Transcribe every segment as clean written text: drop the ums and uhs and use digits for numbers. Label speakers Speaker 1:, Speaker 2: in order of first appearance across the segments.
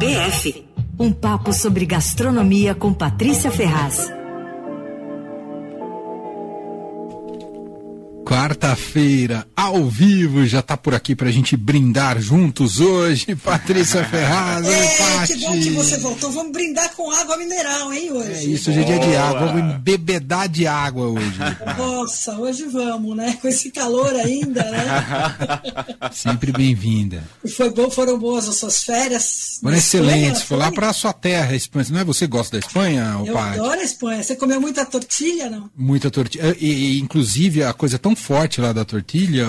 Speaker 1: PF. Um papo sobre gastronomia com Patrícia Ferraz.
Speaker 2: Quarta-feira, ao vivo, já tá por aqui pra gente brindar juntos hoje. Patrícia Ferraz,
Speaker 3: que bom que você voltou. Vamos brindar com água mineral, hein, hoje?
Speaker 2: É isso, hoje é dia de água. Vamos embebedar de água hoje.
Speaker 3: Nossa, hoje vamos, né? Com esse calor ainda, né?
Speaker 2: Sempre bem-vinda.
Speaker 3: E foram boas as suas férias?
Speaker 2: Foram excelentes. Foi lá pra sua terra, a Espanha. Não é você que gosta da Espanha,
Speaker 3: Eu
Speaker 2: Paty?
Speaker 3: adoro a Espanha. Você comeu muita tortilha, não?
Speaker 2: Muita tortilha. E inclusive, a coisa tão forte lá da tortilha,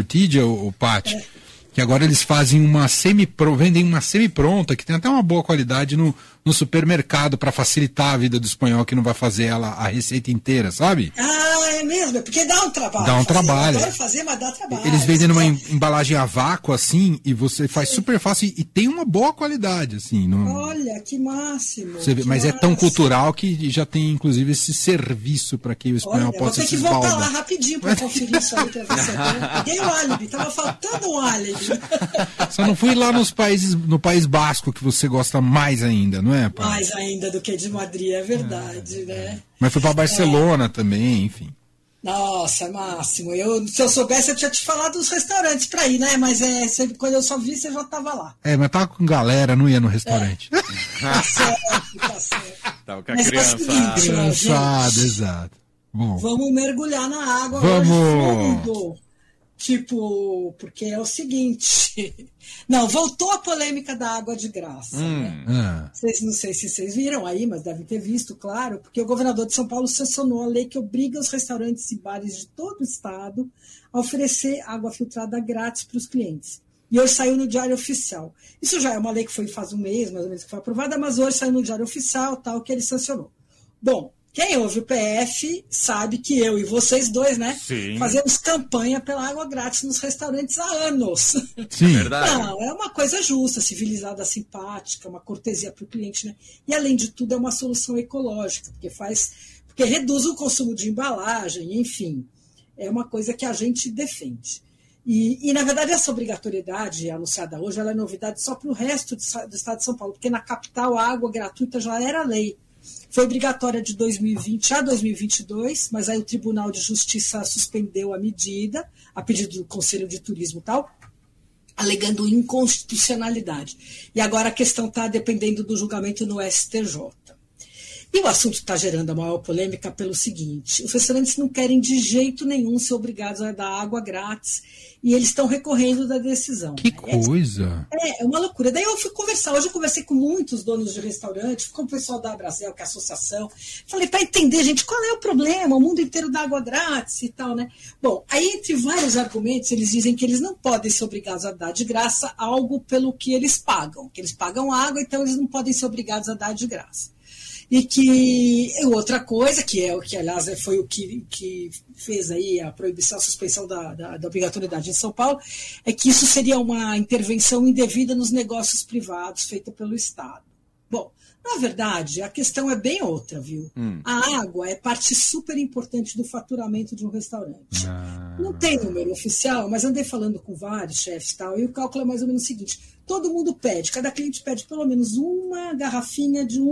Speaker 2: o Paty, que agora eles fazem vendem uma semi-pronta, que tem até uma boa qualidade no supermercado para facilitar a vida do espanhol que não vai fazer a receita inteira, sabe?
Speaker 3: Ah, é mesmo? É porque dá um trabalho.
Speaker 2: Dá um trabalho.
Speaker 3: Eu adoro fazer, mas dá trabalho.
Speaker 2: Eles vendem numa embalagem a vácuo, assim, e você faz super fácil e tem uma boa qualidade, assim.
Speaker 3: Olha, que máximo.
Speaker 2: Mas é tão cultural que já tem, inclusive, esse serviço para que o espanhol possa se esbaldar.
Speaker 3: Vou ter que voltar lá rapidinho para conferir isso aí, para ver se peguei o álibi, tava faltando um álibi.
Speaker 2: Só não fui lá no País Basco, que você gosta mais ainda, não é, Paty?
Speaker 3: Mais ainda do que de Madrid, é verdade, né?
Speaker 2: Mas foi para Barcelona também, enfim.
Speaker 3: Nossa, Máximo, se eu soubesse eu tinha te falado dos restaurantes para ir, né? Mas quando eu só vi, você já estava lá.
Speaker 2: Mas tava com galera, não ia no restaurante.
Speaker 3: Tá certo.
Speaker 4: Tava com a criançada.
Speaker 2: Criançada, exato. Bom,
Speaker 3: vamos mergulhar na água.
Speaker 2: Vamos!
Speaker 3: Fundo. Tipo, porque é o seguinte... Não, voltou a polêmica da água de graça. Né? Não sei se vocês viram aí, mas devem ter visto, claro, porque o governador de São Paulo sancionou a lei que obriga os restaurantes e bares de todo o estado a oferecer água filtrada grátis para os clientes. E hoje saiu no Diário Oficial. Isso já é uma lei que foi faz um mês, mais ou menos, que foi aprovada, mas hoje saiu no Diário Oficial, tal, que ele sancionou. Bom, quem ouve o PF sabe que eu e vocês dois, né?
Speaker 4: Sim.
Speaker 3: Fazemos campanha pela água grátis nos restaurantes há anos.
Speaker 2: Sim.
Speaker 4: Verdade.
Speaker 3: Não, é uma coisa justa, civilizada, simpática, uma cortesia para o cliente, né? E, além de tudo, é uma solução ecológica, porque reduz o consumo de embalagem, enfim. É uma coisa que a gente defende. E na verdade, essa obrigatoriedade anunciada hoje, ela é novidade só para o resto do estado de São Paulo, porque na capital a água gratuita já era lei. Foi obrigatória de 2020 a 2022, mas aí o Tribunal de Justiça suspendeu a medida, a pedido do Conselho de Turismo e tal, alegando inconstitucionalidade. E agora a questão está dependendo do julgamento no STJ. E o assunto está gerando a maior polêmica pelo seguinte: os restaurantes não querem de jeito nenhum ser obrigados a dar água grátis e eles estão recorrendo da decisão.
Speaker 2: Que coisa!
Speaker 3: É uma loucura. Daí eu fui conversar. Hoje eu conversei com muitos donos de restaurante, com o pessoal da Abrazel, que é a associação. Falei, para entender, gente, qual é o problema? O mundo inteiro dá água grátis e tal, né? Bom, aí entre vários argumentos, eles dizem que eles não podem ser obrigados a dar de graça algo pelo que eles pagam. Que eles pagam água, então eles não podem ser obrigados a dar de graça. E que outra coisa, que aliás foi o que fez aí a proibição, a suspensão da obrigatoriedade em São Paulo, é que isso seria uma intervenção indevida nos negócios privados feita pelo Estado. Bom, na verdade, a questão é bem outra, viu? A água é parte super importante do faturamento de um restaurante. Não tem número oficial, mas andei falando com vários chefes e tal, e o cálculo é mais ou menos o seguinte: todo mundo pede, cada cliente pede pelo menos uma garrafinha de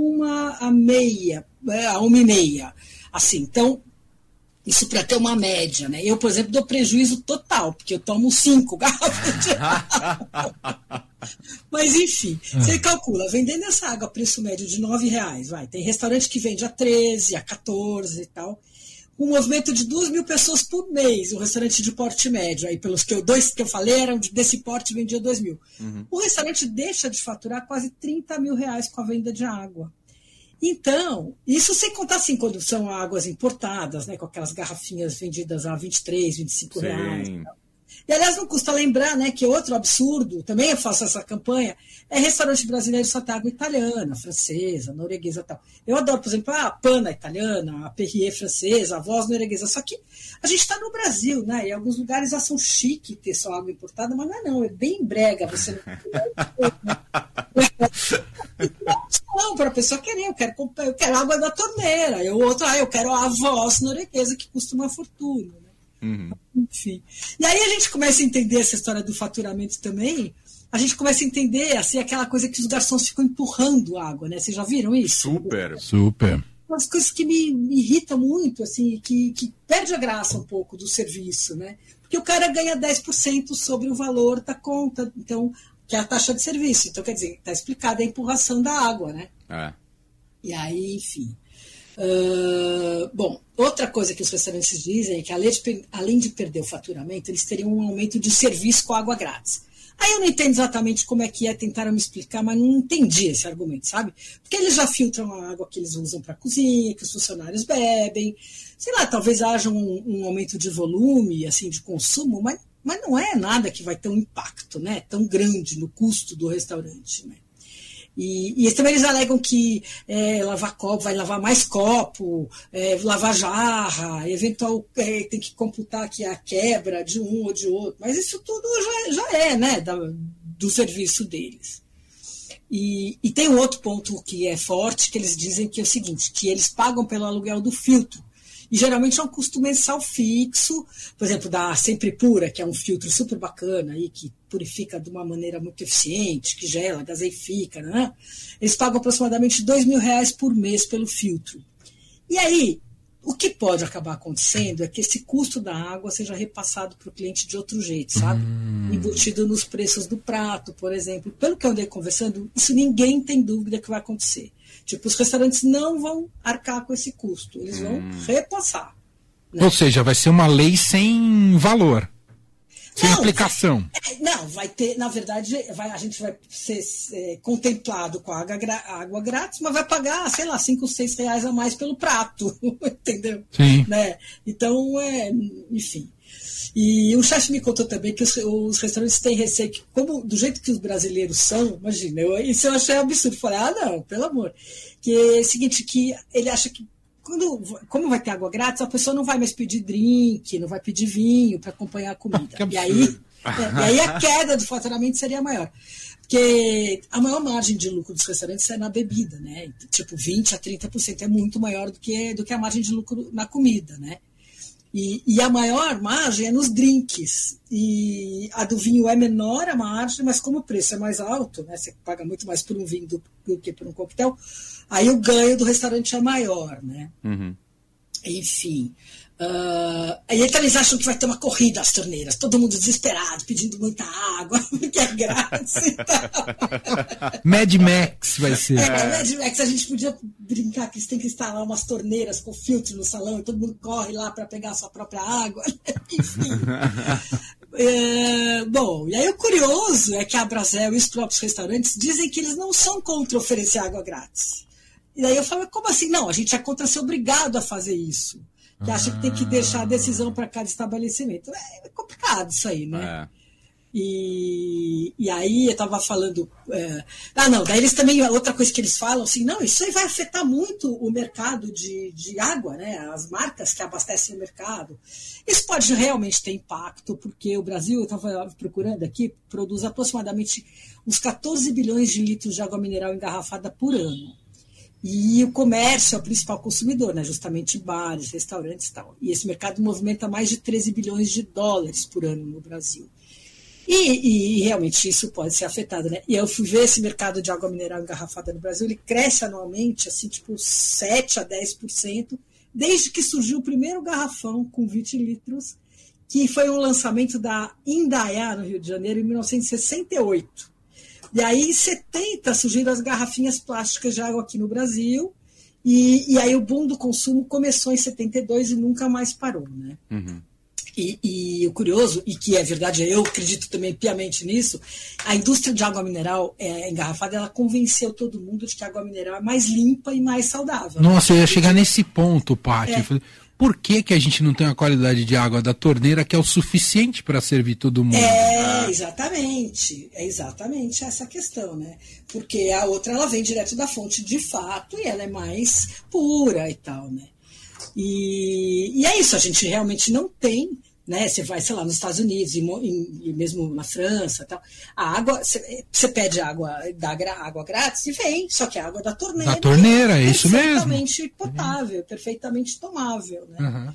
Speaker 3: 1,5. Assim, então, isso para ter uma média, né? Eu, por exemplo, dou prejuízo total, porque eu tomo 5 garrafas de água. Mas, enfim, você calcula, vendendo essa água a preço médio de R$9, vai. Tem restaurante que vende a 13, a 14 e tal. Um movimento de 2.000 pessoas por mês, um restaurante de porte médio, aí pelos dois que eu falei, eram desse porte, vendia 2.000. O restaurante deixa de faturar quase R$30 mil com a venda de água. Então, isso sem contar assim, quando são águas importadas, né, com aquelas garrafinhas vendidas a R$23, R$25. E, e, aliás, não custa lembrar, né, que outro absurdo, também eu faço essa campanha, é restaurante brasileiro só tem água italiana, francesa, norueguesa e tal. Eu adoro, por exemplo, a Pana italiana, a Perrier francesa, a Voz norueguesa. Só que a gente está no Brasil, né? E em alguns lugares já são chique ter só água importada, mas não, é bem brega. Você não para a pessoa querer, eu quero água da torneira. E o outro, eu quero a Voz norueguesa, que custa uma fortuna, né? Enfim. E aí a gente começa a entender essa história do faturamento também, a gente começa a entender assim, aquela coisa que os garçons ficam empurrando água, né? Vocês já viram isso?
Speaker 2: Super.
Speaker 3: Umas coisas que me irritam muito, assim, que perde a graça um pouco do serviço, né? Porque o cara ganha 10% sobre o valor da conta, então, que é a taxa de serviço. Então, quer dizer, está explicada a empurração da água, né? E aí, enfim. Bom, outra coisa que os restaurantes dizem é que, além de perder o faturamento, eles teriam um aumento de serviço com água grátis. Aí eu não entendo exatamente como é que é, tentaram me explicar, mas não entendi esse argumento, sabe? Porque eles já filtram a água que eles usam para cozinha, que os funcionários bebem. Sei lá, talvez haja um aumento de volume, assim, de consumo, mas não é nada que vai ter um impacto, né, tão grande no custo do restaurante, né? E também eles alegam que lavar copo, vai lavar mais copo, lavar jarra, eventual tem que computar aqui a quebra de um ou de outro. Mas isso tudo já é, né, do serviço deles. E tem um outro ponto que é forte, que eles dizem que é o seguinte, que eles pagam pelo aluguel do filtro. E geralmente é um custo mensal fixo, por exemplo, da Sempre Pura, que é um filtro super bacana, aí, que purifica de uma maneira muito eficiente, que gela, gaseifica, né? Eles pagam aproximadamente R$2.000 por mês pelo filtro. E aí, o que pode acabar acontecendo é que esse custo da água seja repassado para o cliente de outro jeito, sabe? Embutido nos preços do prato, por exemplo. Pelo que eu andei conversando, isso ninguém tem dúvida que vai acontecer. Tipo, os restaurantes não vão arcar com esse custo, eles vão repassar. Né?
Speaker 2: Ou seja, vai ser uma lei sem valor, sem aplicação.
Speaker 3: Não, vai ter, na verdade, a gente vai ser contemplado com a água grátis, mas vai pagar, sei lá, R$5, R$6 a mais pelo prato, entendeu?
Speaker 2: Sim.
Speaker 3: Né? Então, enfim. E o chefe me contou também que os restaurantes têm receio que, do jeito que os brasileiros são, imagina, isso eu achei absurdo. Falei, não, pelo amor. Que é o seguinte, que ele acha que como vai ter água grátis, a pessoa não vai mais pedir drink, não vai pedir vinho para acompanhar a comida. E aí a queda do faturamento seria maior. Porque a maior margem de lucro dos restaurantes é na bebida, né? Tipo, 20% a 30% é muito maior do que a margem de lucro na comida, né? E a maior margem é nos drinks. E a do vinho é menor a margem, mas como o preço é mais alto, né, você paga muito mais por um vinho do que por um coquetel, aí o ganho do restaurante é maior, né? Enfim. Aí eles acham que vai ter uma corrida às torneiras, todo mundo desesperado, pedindo muita água, porque é grátis e tal.
Speaker 2: Mad Max vai ser.
Speaker 3: Mad Max, a gente podia brincar que você tem que instalar umas torneiras com filtro no salão e todo mundo corre lá para pegar a sua própria água. Enfim. Bom, e aí o curioso é que a Brasel e os próprios restaurantes dizem que eles não são contra oferecer água grátis. E daí eu falo, como assim? Não, a gente é contra ser obrigado a fazer isso. Que acha que tem que deixar a decisão para cada estabelecimento. É complicado isso aí, né? E aí eu estava falando... daí eles também... Outra coisa que eles falam, assim, não, isso aí vai afetar muito o mercado de água, né? As marcas que abastecem o mercado. Isso pode realmente ter impacto, porque o Brasil, eu estava procurando aqui, produz aproximadamente uns 14 bilhões de litros de água mineral engarrafada por ano. E o comércio é o principal consumidor, né? Justamente bares, restaurantes e tal. E esse mercado movimenta mais de 13 bilhões de dólares por ano no Brasil. E realmente isso pode ser afetado, né? E eu fui ver esse mercado de água mineral engarrafada no Brasil, ele cresce anualmente, assim, tipo 7% a 10%, desde que surgiu o primeiro garrafão com 20 litros, que foi um lançamento da Indaiá, no Rio de Janeiro, em 1968. E aí, em 70, surgiram as garrafinhas plásticas de água aqui no Brasil, e aí o boom do consumo começou em 72 e nunca mais parou, né? E o curioso, e que é verdade, eu acredito também piamente nisso, a indústria de água mineral engarrafada, ela convenceu todo mundo de que a água mineral é mais limpa e mais saudável.
Speaker 2: Nossa, eu ia chegar nesse ponto, Paty. Por que a gente não tem uma qualidade de água da torneira que é o suficiente para servir todo mundo?
Speaker 3: Exatamente. É exatamente essa questão, né? Porque a outra, ela vem direto da fonte de fato e ela é mais pura e tal, né? E é isso, a gente realmente não tem, né? Você vai, sei lá, nos Estados Unidos e mesmo na França, tal, a água, você pede água grátis e vem, só que a água da torneira.
Speaker 2: Da torneira, é isso mesmo.
Speaker 3: Perfeitamente potável, perfeitamente tomável, né?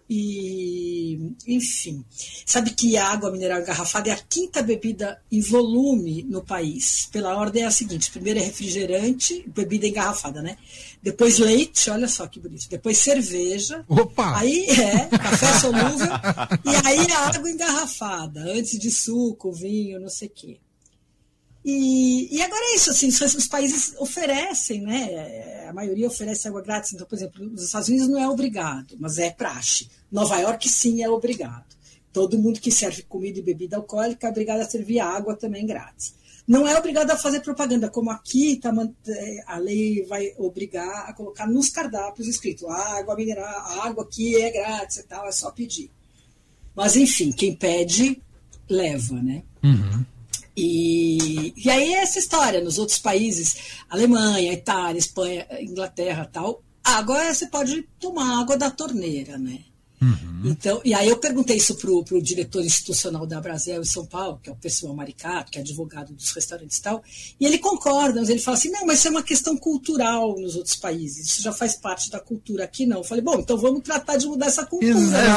Speaker 3: E, enfim, sabe que a água mineral engarrafada é a 5ª bebida em volume no país. Pela ordem é a seguinte: primeiro é refrigerante, bebida engarrafada, né? Depois leite, olha só que bonito. Depois cerveja.
Speaker 2: Opa!
Speaker 3: Aí café solúvel. E aí a água engarrafada, antes de suco, vinho, não sei o quê. E agora é isso, assim, os países oferecem, né? A maioria oferece água grátis. Então, por exemplo, nos Estados Unidos não é obrigado, mas é praxe. Nova York, sim, é obrigado. Todo mundo que serve comida e bebida alcoólica é obrigado a servir água também grátis. Não é obrigado a fazer propaganda, como aqui a lei vai obrigar a colocar nos cardápios escrito água mineral, a água aqui é grátis e tal, é só pedir. Mas, enfim, quem pede, leva, né?
Speaker 2: Uhum.
Speaker 3: E aí é essa história, nos outros países, Alemanha, Itália, Espanha, Inglaterra, tal, agora você pode tomar água da torneira, né?
Speaker 2: Uhum.
Speaker 3: Então, e aí eu perguntei isso pro diretor institucional da Brasel em São Paulo, que é o Percival Maricato, que é advogado dos restaurantes e tal, e ele concorda, mas ele fala assim, não, mas isso é uma questão cultural nos outros países, isso já faz parte da cultura, aqui não. Eu falei, bom, então vamos tratar de mudar essa cultura.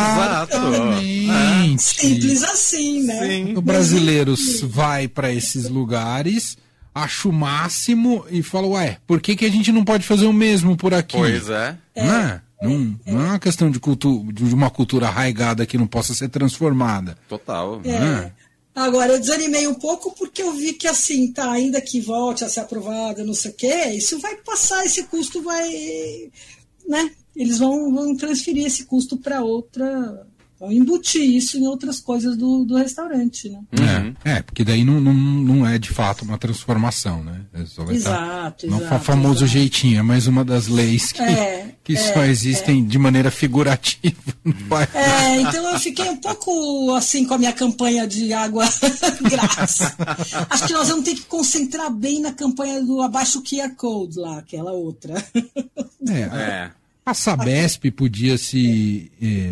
Speaker 2: Exatamente.
Speaker 3: Simples assim, né?
Speaker 2: Sim. O brasileiro vai para esses lugares, acha o máximo e fala, ué, por que a gente não pode fazer o mesmo por aqui?
Speaker 4: Pois é.
Speaker 2: Não é? Não é uma questão de uma cultura arraigada que não possa ser transformada.
Speaker 4: Total.
Speaker 3: Agora, eu desanimei um pouco porque eu vi que, assim, tá, ainda que volte a ser aprovada, não sei o quê, isso vai passar, esse custo vai, né? Eles vão transferir esse custo para outra, vão embutir isso em outras coisas do restaurante, né?
Speaker 2: Porque daí não é de fato uma transformação, né?
Speaker 3: Exato.
Speaker 2: Não é o famoso jeitinho, é mais uma das leis que só existem de maneira figurativa no país.
Speaker 3: Então eu fiquei um pouco assim com a minha campanha de água grátis. Acho que nós vamos ter que concentrar bem na campanha do Abaixa o QR Code lá, aquela outra.
Speaker 2: A Sabesp podia se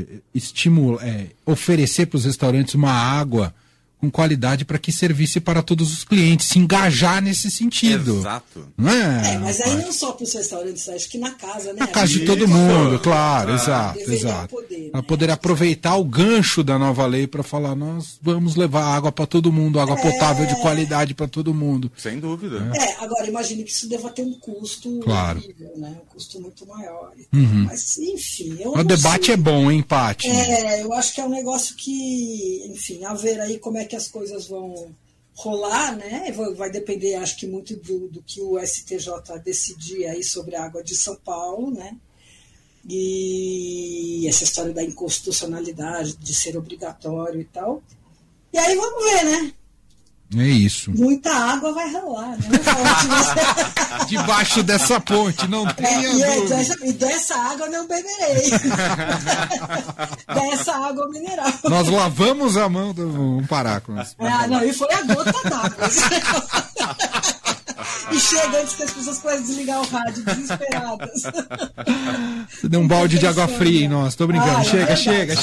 Speaker 2: oferecer para os restaurantes uma água com qualidade para que servisse para todos os clientes, se engajar nesse sentido.
Speaker 4: Exato.
Speaker 2: Não é?
Speaker 3: Mas aí não só para os restaurantes, acho que na casa, né?
Speaker 2: Na casa de todo mundo, claro, exato.
Speaker 3: Poder,
Speaker 2: para poder aproveitar o gancho da nova lei para falar, nós vamos levar água para todo mundo, água potável de qualidade para todo mundo.
Speaker 4: Sem dúvida.
Speaker 3: Agora imagine que isso deva ter um custo horrível, né? Um custo muito maior. Mas, enfim...
Speaker 2: O debate é bom, hein, Paty?
Speaker 3: Eu acho que é um negócio que, enfim, a ver aí como é que as coisas vão rolar, né? Vai depender, acho que muito do que o STJ decidir aí sobre a água de São Paulo, né? E essa história da inconstitucionalidade, de ser obrigatório e tal. E aí vamos ver, né?
Speaker 2: É isso.
Speaker 3: Muita água vai rolar, né?
Speaker 2: Debaixo dessa ponte, não tenha dúvida.
Speaker 3: E dessa água eu não beberei. Dessa água mineral.
Speaker 2: Nós lavamos a mão, vamos parar com isso.
Speaker 3: Não, e foi a gota d'água. E chega antes que as pessoas possam desligar o rádio, desesperadas.
Speaker 2: Você deu um balde de água fria em nós, tô brincando. Chega.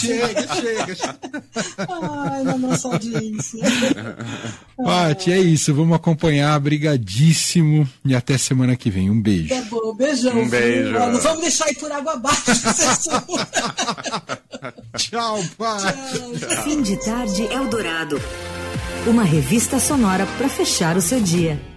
Speaker 3: Ai, na nossa audiência.
Speaker 2: Paty, é isso, vamos acompanhar, brigadíssimo e até semana que vem. Um beijo.
Speaker 3: Tá bom, beijão.
Speaker 4: Um beijo.
Speaker 3: Não vamos deixar ir por água abaixo.
Speaker 2: Tchau, Paty.
Speaker 1: Fim de Tarde Eldorado. Uma revista sonora para fechar o seu dia.